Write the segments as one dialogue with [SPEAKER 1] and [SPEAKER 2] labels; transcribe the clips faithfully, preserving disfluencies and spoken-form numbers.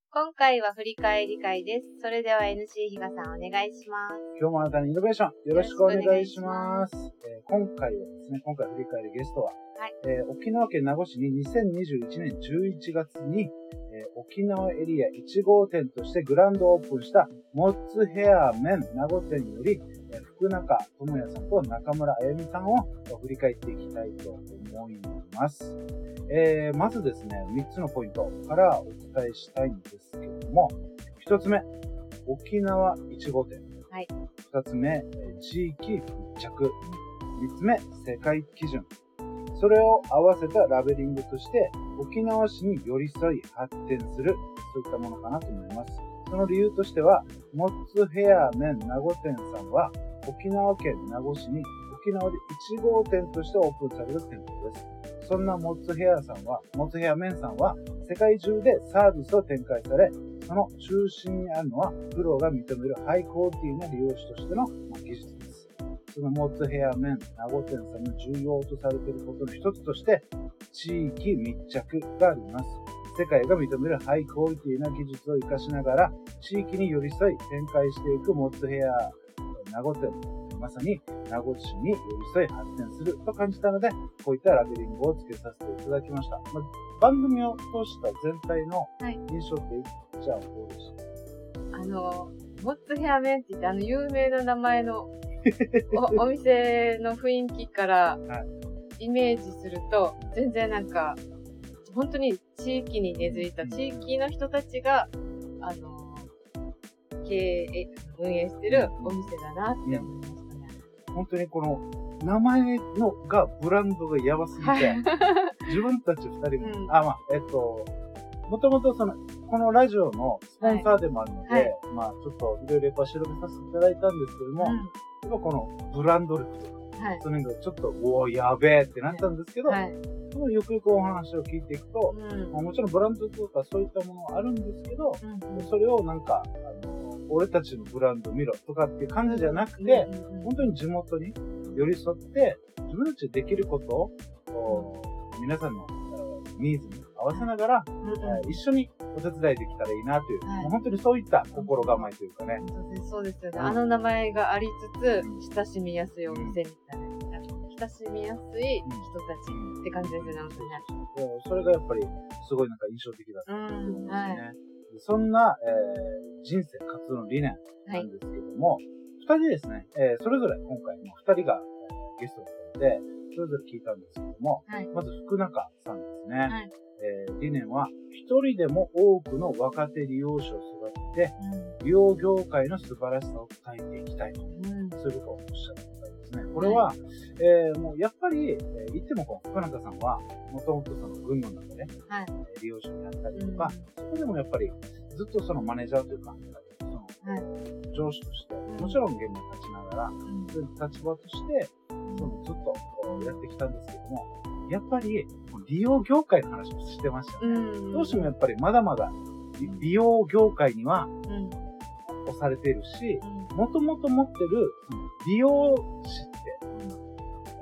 [SPEAKER 1] 今回は振り返り会です。それでは エヌシー 比嘉さんお願いします。
[SPEAKER 2] 今日もあなたにイノベーションよろしくお願いします。えー、今回はですね、今回振り返るゲストは、はいえー、沖縄県名護市ににせんにじゅういちねんじゅういちがつに、えー、沖縄エリアいち号店としてグランドオープンしたモッツヘアメン名護店より、えー、福中智也さんと中村あゆみさんを振り返っていきたいと思います。えー、まずですね、みっつのポイントからお伝えしたいんですけれども、ひとつめ、沖縄いち号店。
[SPEAKER 1] はい。
[SPEAKER 2] ふたつめ、地域密着。みっつめ、世界基準。それを合わせたラベリングとして、沖縄市に寄り添い発展する、そういったものかなと思います。その理由としては、モッツヘアメン名護店さんは、沖縄県名護市に沖縄でいち号店としてオープンされる店舗です。そんなモッツヘアさんは、モッツヘアメンさんは、世界中でサービスを展開され、その中心にあるのは、プロが認めるハイクオリティな利用者としての技術です。そのモッツヘアメン名護店さんの重要とされていることの一つとして、地域密着があります。世界が認めるハイクオリティな技術を活かしながら、地域に寄り添い展開していくモッツヘア名護店。まさに名護市に寄り添い発展すると感じたので、こういったラベリングを付けさせていただきました。まあ、番組を通した全体の印象っていっちゃうどうでした？
[SPEAKER 1] あの、モッツヘアメンって言って、あの有名な名前のお, お店の雰囲気からイメージすると、全然なんか、本当に地域に根付いた地域の人たちが、あの、経営、運営してるお店だなって思いました。
[SPEAKER 2] 本当にこの名前のがブランドがやばすぎて、自分たち二人も、うん、あ、まあ、えっと、もともとその、このラジオのスポンサーでもあるので、はい、まあ、ちょっといろいろやっぱ調べさせていただいたんですけども、うん、やっぱこのブランド力とか、はい、その辺がちょっと、おー、やべえってなったんですけど、はい、そのよくよくお話を聞いていくと、うんまあ、もちろんブランドとかそういったものはあるんですけど、うん、それをなんか、あの、俺たちのブランド見ろとかっていう感じじゃなくて、うんうん、本当に地元に寄り添って、自分たちでできることを、皆さんのニーズに合わせながら、うんうん、一緒にお手伝いできたらいいなという、はい、もう本当にそういった心構えというかね。
[SPEAKER 1] 本当にそうですよね。うん、あの名前がありつつ、親しみやすいお店みたいな。うん、親しみやすい人たちって感じですよね、本当にね。
[SPEAKER 2] それがやっぱりすごいなんか印象的だったと思うんですね。うんはいそんな、えー、人生活動の理念なんですけども、二、はい、人ですね、えー、それぞれ今回も二人が、えー、ゲストだったので、それぞれ聞いたんですけども、はい、まず福中さんですね。はいえー、理念は、一人でも多くの若手利用者を育てて、うん、利用業界の素晴らしさを伝えていきたいと、うん、そういうことをおっしゃってたんですね。これは、はいえー、もうやっぱり、えー、言ってもこの福中さんは、もともとその軍の中で、はいえー、利用者になったりとか、うん、そこでもやっぱりずっとそのマネージャーというか、その、はい、上司として、もちろん現場に立ちながら、うん、そういう立場として、そのずっとやってきたんですけども、やっぱり利用業界の話もしてましたよね。うん、どうしてもやっぱりまだまだ利用業界には押されているし、もともと持ってるその利用士って、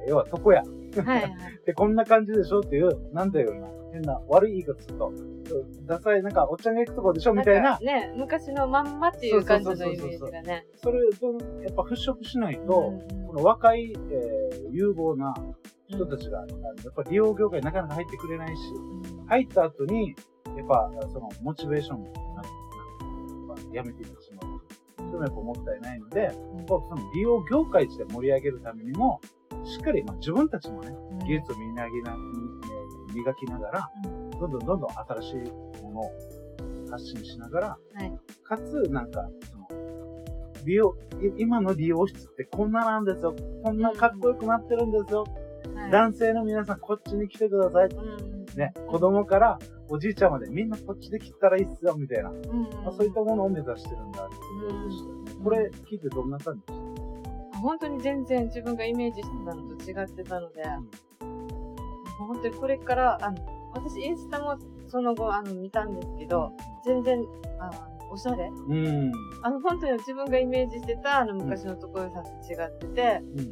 [SPEAKER 2] 要は床屋。はいはい、で、こんな感じでしょっていう、なんだよな、変な悪い言い方すると、ダサい、なんかおっちゃんが行くとこでしょみたいな。
[SPEAKER 1] ね、昔のまんまっていう感じのイメージがね。
[SPEAKER 2] それをやっぱ払拭しないと、うん、この若い、えー、有望な人たちが、うん、やっぱり利用業界になかなか入ってくれないし、うん、入った後に、やっぱそのモチベーションもなくやめていってしまう。そういうのはやっぱもったいないので、うん、その利用業界自体盛り上げるためにも、しっかり、まあ、自分たちもね、うん、技術を磨きな、磨きながら、うん、どんどんどんどん新しいものを発信しながら、はい、かつ、なんか、その、利用、今の利用室ってこんななんですよ。こんなかっこよくなってるんですよ。はい、男性の皆さんこっちに来てください。うんね、子供からおじいちゃんまでみんなこっちで来たらいいっすよ、みたいな。うんまあ、そういったものを目指してるんだっていうことでしたね。うん、これ聞いてどんな感じでした？
[SPEAKER 1] 本当に全然自分がイメージしてたのと違ってたので、うん、本当にこれから、あの、私インスタもその後あの見たんですけど、全然、あおしゃれ、うん、あの本当に自分がイメージしてたあの昔の床屋さんと違ってて、うん、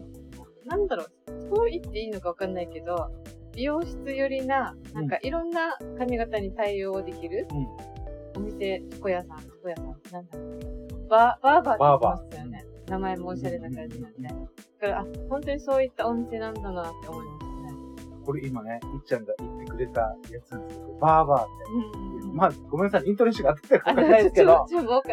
[SPEAKER 1] なんだろう、そう言っていいのかわかんないけど、美容室寄りな、なんかいろんな髪型に対応できる、うん、 お店、床屋さん、床屋さん、なんだっけ。バー、バーバーって言ってましたよね。名前もおしゃれな感じなんで。だから、あ、本当にそういったお店なんだなって思いましたね。
[SPEAKER 2] これ今ね、いっちゃんが言ってくれたやつなんですけど、バーバーって。うん、まあ、ごめんなさい、イントネーションが合ってたかわかんないですけど。
[SPEAKER 1] ちょっと多かった。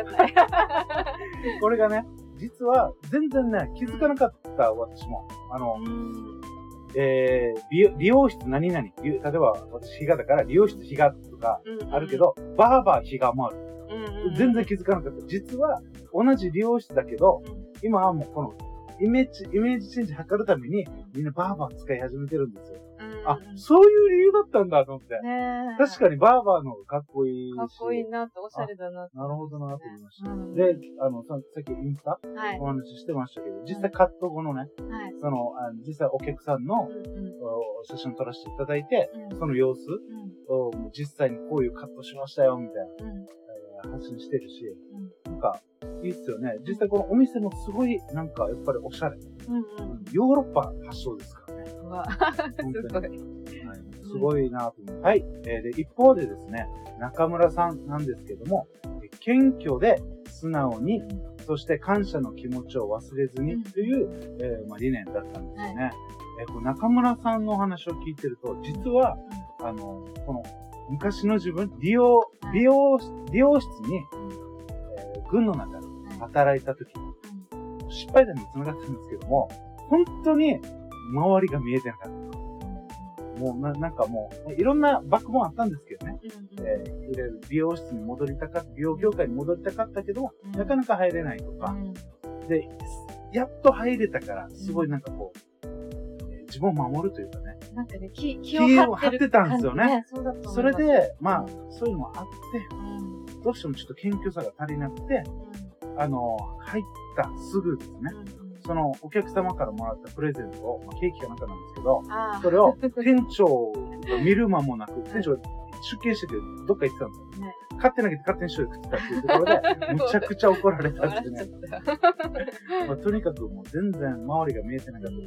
[SPEAKER 2] これがね、実は全然ね、気づかなかった私も。あの、えー、美、美容室何々。例えば、私、比嘉だから、美容室比嘉とかあるけど、うんうん、バーバー比嘉もある、うんうん。全然気づかなかった。実は、同じ美容室だけど、うん、今はもうこの、イメージ、イメージチェンジ図るために、みんなバーバー使い始めてるんですよ。あ、そういう理由だったんだと思って。ね、確かにバーバーの方がかっこいいし。
[SPEAKER 1] かっこいいなって、おしゃれだなって、
[SPEAKER 2] ね。なるほどなと思いました。うん、で、あの、さっきインスタ、はい、お話ししてましたけど、実際カット後のね、はい、その、あの実際お客さんの、うんうん、写真を撮らせていただいて、うん、その様子を、うん、実際にこういうカットしましたよ、みたいな、うんえー、発信してるし、うん、なんか、いいっすよね。実際このお店もすごい、なんか、やっぱりおしゃれ。うんうん、ヨーロッパ発祥ですからね。
[SPEAKER 1] わすごい。はい、
[SPEAKER 2] すごいなと思う。はい。えー、で、一方でですね、中村さんなんですけども、謙虚で素直に、そして感謝の気持ちを忘れずにという、えーまあ、理念だったんですよね。はい、えー、この中村さんのお話を聞いてると、実は、あの、この昔の自分、美容、美容、美容室に、えー、軍の中で働いた時、失敗談につながったんですけども、本当に周りが見えてなかった。もうな、なんかもう、いろんなバックもあったんですけどね。うんうん、えー、いろいろ美容室に戻りたかった、美容業界に戻りたかったけども、うん、なかなか入れないとか、うん、で、やっと入れたから、すごいなんかこう、うんえー、自分を守るというかね。
[SPEAKER 1] なんかね、気、気を張って
[SPEAKER 2] たんですよね。
[SPEAKER 1] ねそうだと思います。
[SPEAKER 2] それで、まあ、そういうのもあって、うん、どうしてもちょっと謙虚さが足りなくて、うん、あの、入ったすぐですね。うんそのお客様からもらったプレゼントを、まあ、ケーキかなんかなんですけど、それを店長が見る間もなく、店長が出勤しててどっか行ってたんですよ。ね、勝手なげて勝手に一人で食ってたっていうところで、むちゃくちゃ怒られたってね。まあ、とにかくもう全然周りが見えてなかった。うん、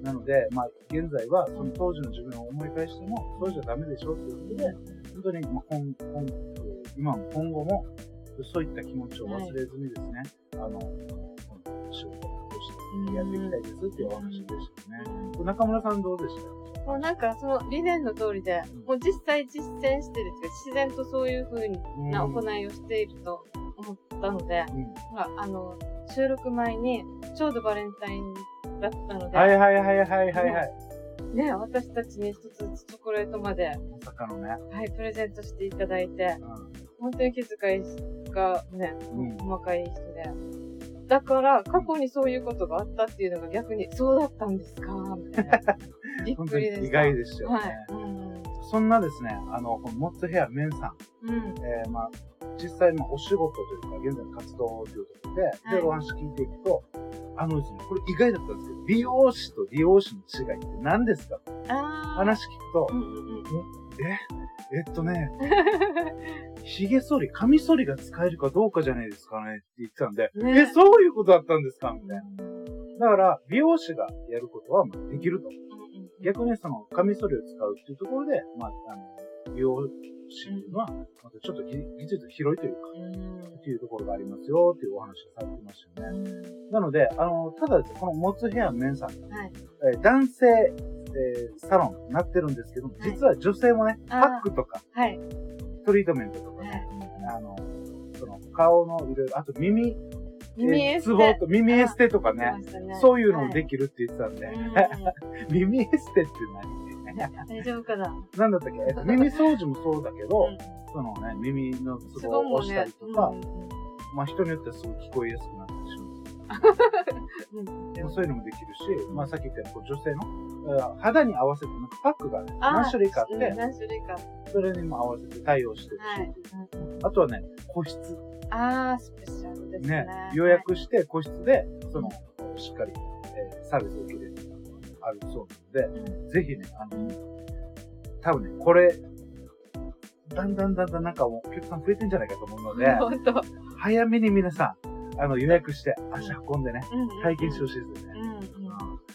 [SPEAKER 2] なので、まあ現在はその当時の自分を思い返しても、そうじゃダメでしょっていうことで、本当にまあ今今今も今後もそういった気持ちを忘れずにですね、はい、あの、仕事やっていきたいですっていうお話でしたね。うん、中村さんどうでした？
[SPEAKER 1] もうなんかその理念の通りで、うん、もう実際実践してるっていうか、自然とそういう風な行いをしていると思ったので、うん、まあ、あの、収録前にちょうどバレンタインだったので、
[SPEAKER 2] はいはいはいはいはいはい。
[SPEAKER 1] ね、私たちに一つずつチョコレートまで、
[SPEAKER 2] まさかのね。
[SPEAKER 1] はい、プレゼントしていただいて、うん、本当に気遣いがね、うん、細かい人で、だから、過去にそういうことがあったっていうのが逆に、そうだったんですかみたいな。びっくりでした。
[SPEAKER 2] 意外でしたよね。
[SPEAKER 1] はい。うん、
[SPEAKER 2] そんなですね、あの、このモッツヘアメンさん。うん、えー、まあ、実際のお仕事というか、現在の活動というところで、はい、で、お話聞いていくと、あのですね、これ意外だったんですけど、美容師と理容師の違いって何ですかあ話聞くと、うんうんうん、え、えっとね、髭剃り、髪剃りが使えるかどうかじゃないですかねって言ってたんで、ね、え、そういうことだったんですかみたいな。だから、美容師がやることはできると。逆にその、髪剃りを使うっていうところで、まあ、あの、美容師っていうのは、またちょっと技術広いというか、っていうところがありますよっていうお話をされてましたよね。なので、あの、ただですね、このモツヘアメンさん、はい、えー、男性、えー、サロンになってるんですけど、はい、実は女性もね、パックとか、はい、トリートメントとかね、はい、あの、その顔のいろいろ、あと耳、
[SPEAKER 1] 耳エステ。
[SPEAKER 2] ツボと耳エステとかね、ねそういうのもできるって言ってたんで、はい、耳エステって何
[SPEAKER 1] 大丈夫かな
[SPEAKER 2] なんだったっけ、えっと、耳掃除もそうだけど、うん、そのね、耳のツボを押したりとか、ねうんうん、まあ人によってはすごい聞こえやすくなったりします。うん、そういうのもできるし、まあさっき言ったように女性の肌に合わせてなんかパックが、ね、何種類かあって、
[SPEAKER 1] うん、何種類か
[SPEAKER 2] それにも合わせて対応してるし、はいうん、あとはね、個室。
[SPEAKER 1] ああ、スペシャルですね。ね
[SPEAKER 2] 予約して個室で、その、しっかり、えー、サービスを受けれるあるそうなので、うん、ぜひね、あの、多分ね、これ、だんだんだんだんなんかお客さん増えてんじゃないかと思うので、早めに皆さん、あの、予約して足運んでね、うん、体験してほしいですよね。うんうん、とい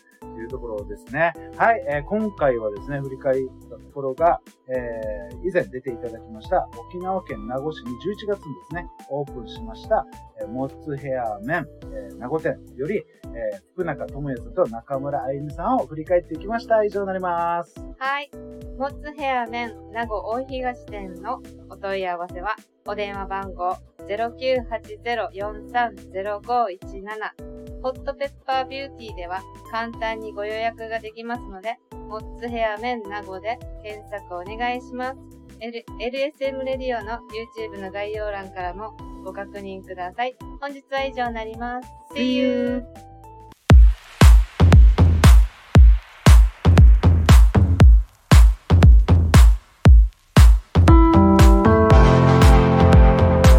[SPEAKER 2] いうところですね。はい、えー、今回はですね、振り返ったところが、えー、以前出ていただきました、沖縄県名護市にじゅういちがつにですね、オープンしました、えー、モッツヘアメン、えー、名護店より、えー、福中智也さんと中村あゆみさんを振り返っていきました。以上になります。
[SPEAKER 1] はい。モッツヘアメン名護大東店のお問い合わせは、お電話番号 ゼロきゅうはちゼロ よんさんゼロごいちなな、ホットペッパービューティーでは簡単にご予約ができますので、モッツヘアメン名護で検索お願いします。L、エルエスエム レディオの YouTube の概要欄からもご確認ください。本日は以上になります。See you!